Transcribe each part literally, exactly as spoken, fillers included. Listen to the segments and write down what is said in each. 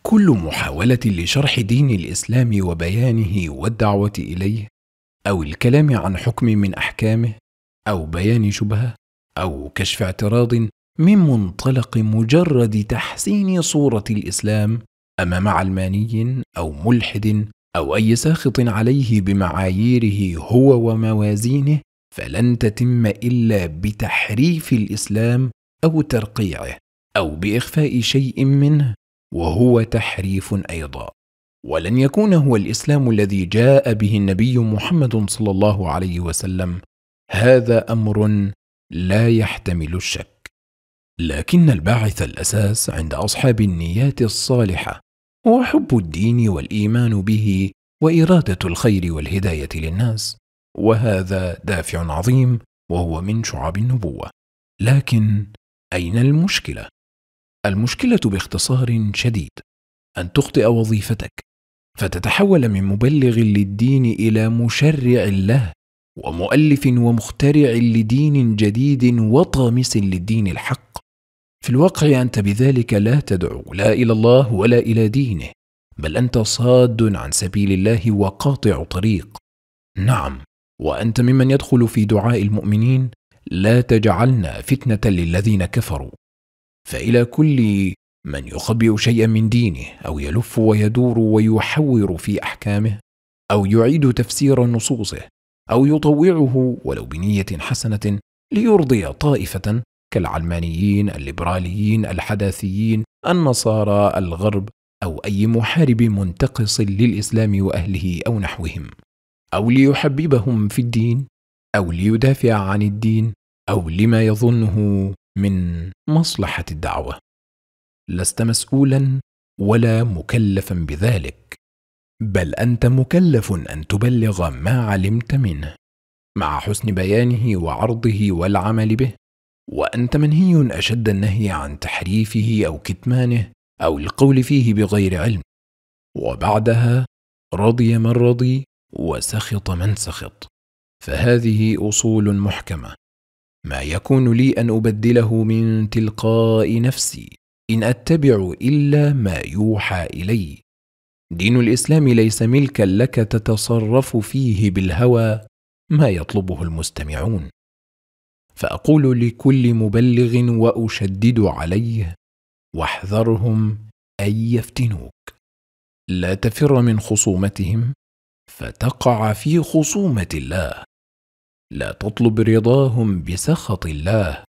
كل محاولة لشرح دين الإسلام وبيانه والدعوة إليه، أو الكلام عن حكم من أحكامه، أو بيان شبهة، أو كشف اعتراض من منطلق مجرد تحسين صورة الإسلام أمام علماني أو ملحد أو أي ساخط عليه بمعاييره هو وموازينه، فلن تتم إلا بتحريف الإسلام أو ترقيعه، أو بإخفاء شيء منه وهو تحريف أيضا. ولن يكون هو الإسلام الذي جاء به النبي محمد صلى الله عليه وسلم. هذا أمر لا يحتمل الشك. لكن الباعث الأساس عند أصحاب النيات الصالحة هو حب الدين والإيمان به وإرادة الخير والهداية للناس، وهذا دافع عظيم وهو من شعب النبوة. لكن أين المشكلة؟ المشكلة باختصار شديد أن تخطئ وظيفتك فتتحول من مبلغ للدين إلى مشرع له ومؤلف ومخترع لدين جديد وطامس للدين الحق. في الواقع أنت بذلك لا تدعو لا إلى الله ولا إلى دينه، بل أنت صاد عن سبيل الله وقاطع طريق. نعم، وأنت ممن يدخل في دعاء المؤمنين: لا تجعلنا فتنة للذين كفروا. فإلى كل من يخبئ شيئا من دينه أو يلف ويدور ويحور في أحكامه أو يعيد تفسير نصوصه أو يطوعه ولو بنية حسنة ليرضي طائفة كالعلمانيين، الليبراليين، الحداثيين، النصارى، الغرب، أو أي محارب منتقص للإسلام وأهله أو نحوهم، أو ليحببهم في الدين، أو ليدافع عن الدين، أو لما يظنه من مصلحة الدعوة. لست مسؤولا ولا مكلفا بذلك، بل أنت مكلف أن تبلغ ما علمت منه مع حسن بيانه وعرضه والعمل به، وأنت منهي أشد النهي عن تحريفه أو كتمانه أو القول فيه بغير علم. وبعدها رضي من رضي وسخط من سخط. فهذه أصول محكمة ما يكون لي أن أبدله من تلقاء نفسي إن أتبع إلا ما يوحى إلي. دين الإسلام ليس ملكا لك تتصرف فيه بالهوى ما يطلبه المستمعون. فأقول لكل مبلغ وأشدد عليه: واحذرهم أن يفتنوك. لا تفر من خصومتهم فتقع في خصومة الله. لا تطلب رضاهم بسخط الله،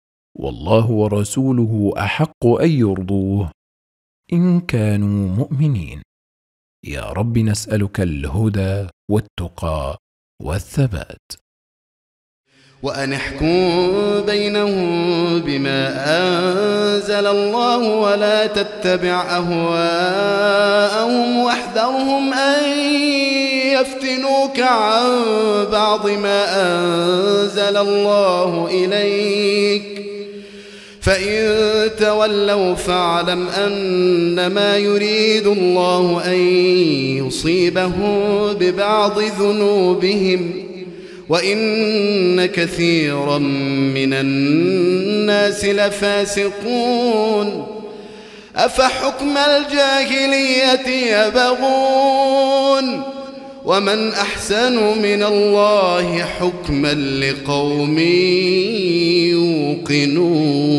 والله ورسوله أحق أن يرضوه إن كانوا مؤمنين. يا رب نسألك الهدى والتقى والثبات. وأن احكم بينهم بما أنزل الله ولا تتبع أهواءهم واحذرهم أن يفتنوك عن بعض ما أنزل الله إليك، فإن تولوا فاعلم أنما يريد الله أن يصيبهم ببعض ذنوبهم وإن كثيرا من الناس لفاسقون. أفحكم الجاهلية يبغون ومن أحسن من الله حكما لقوم يوقنون.